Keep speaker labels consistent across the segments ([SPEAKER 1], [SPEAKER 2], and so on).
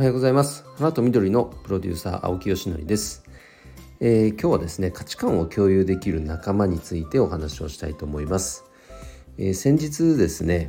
[SPEAKER 1] はようございます。花と緑のプロデューサー青木よしのりです。今日はですね、価値観を共有できる仲間についてお話をしたいと思います。先日ですね、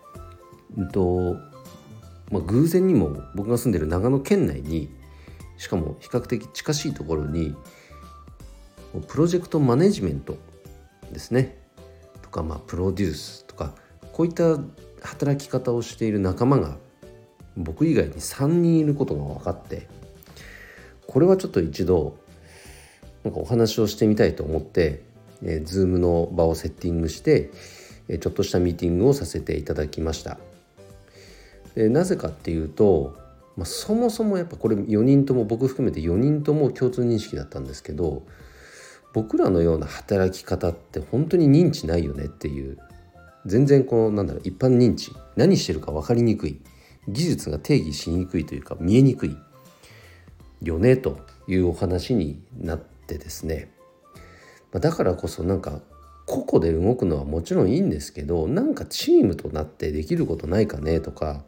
[SPEAKER 1] 偶然にも僕が住んでいる長野県内に、しかも比較的近しいところにプロジェクトマネジメントですねとか、プロデュースとか、こういった働き方をしている仲間が僕以外に3人いることが分かって、これはちょっと一度お話をしてみたいと思って、Zoom の場をセッティングして、ちょっとしたミーティングをさせていただきました。なぜかっていうと、そもそもやっぱこれ4人とも、僕含めて4人とも共通認識だったんですけど、僕らのような働き方って本当に認知ないよねっていう、全然一般認知、何してるか分かりにくい、技術が定義しにくいというか見えにくいよねというお話になってですね、だからこそ個々で動くのはもちろんいいんですけど、チームとなってできることないかねとか、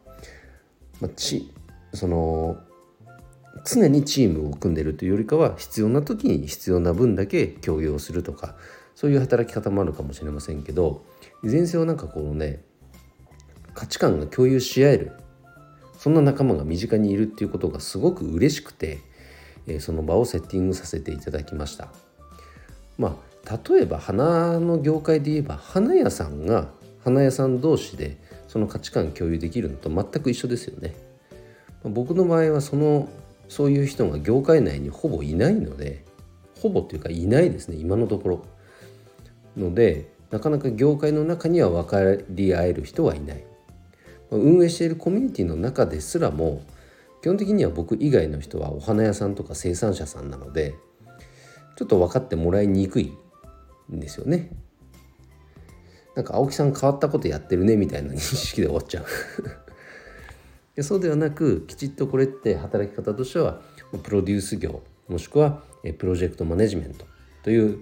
[SPEAKER 1] 常にチームを組んでるというよりかは、必要な時に必要な分だけ共有をするとか、そういう働き方もあるかもしれませんけど、いずれにせよ価値観が共有し合える、そんな仲間が身近にいるっていうことがすごく嬉しくて、その場をセッティングさせていただきました。例えば花の業界で言えば、花屋さんが花屋さん同士でその価値観共有できるのと全く一緒ですよね。僕の場合はそういう人が業界内にほぼいないので、ほぼというかいないですね、今のところので、なかなか業界の中には分かり合える人はいない。運営しているコミュニティの中ですらも、基本的には僕以外の人はお花屋さんとか生産者さんなので、ちょっと分かってもらいにくいんですよね。青木さん変わったことやってるねみたいな認識で終わっちゃうで、そうではなく、きちっとこれって働き方としてはプロデュース業、もしくはプロジェクトマネジメントという、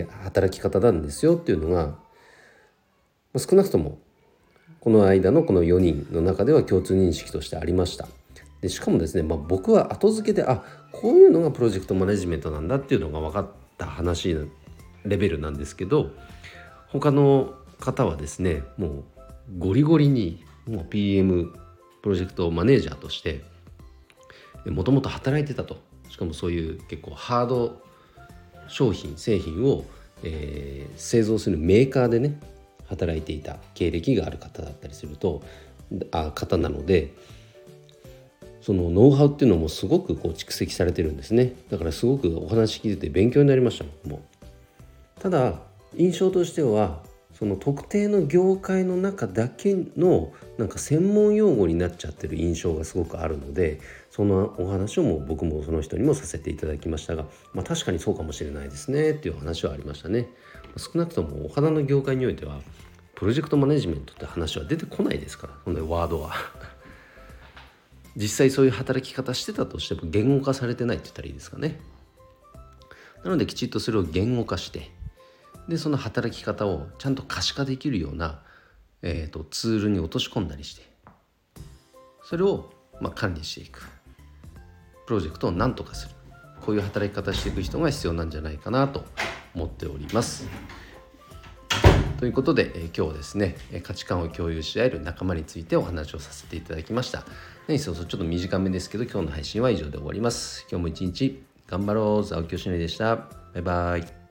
[SPEAKER 1] 働き方なんですよっていうのが、少なくともこの間のこの4人の中では共通認識としてありました。でしかもですね、僕は後付けでこういうのがプロジェクトマネジメントなんだっていうのが分かった話のレベルなんですけど、他の方はですね、もうゴリゴリにもう PM プロジェクトマネージャーとしてもともと働いてたと。しかもそういう結構ハード商品製品を、製造するメーカーでね働いていた経歴がある方だったりすると方なので、そのノウハウっていうのもすごく蓄積されてるんですね。だからすごくお話聞いてて勉強になりましたもん。ただ印象としては、その特定の業界の中だけの専門用語になっちゃってる印象がすごくあるので、そのお話を僕もその人にもさせていただきましたが、確かにそうかもしれないですねっていう話はありましたね。少なくともお花の業界においてはプロジェクトマネジメントって話は出てこないですから、このワードは実際そういう働き方してたとしても言語化されてないって言ったらいいですかね。なのできちっとそれを言語化して、でその働き方をちゃんと可視化できるような、ツールに落とし込んだりして、それを管理していく、プロジェクトを何とかする、こういう働き方していく人が必要なんじゃないかなと思っております。ということで、今日はですね、価値観を共有し合える仲間についてお話をさせていただきました。ちょっと短めですけど、今日の配信は以上で終わります。今日も一日頑張ろう。青木よしのりでした。バイバイ。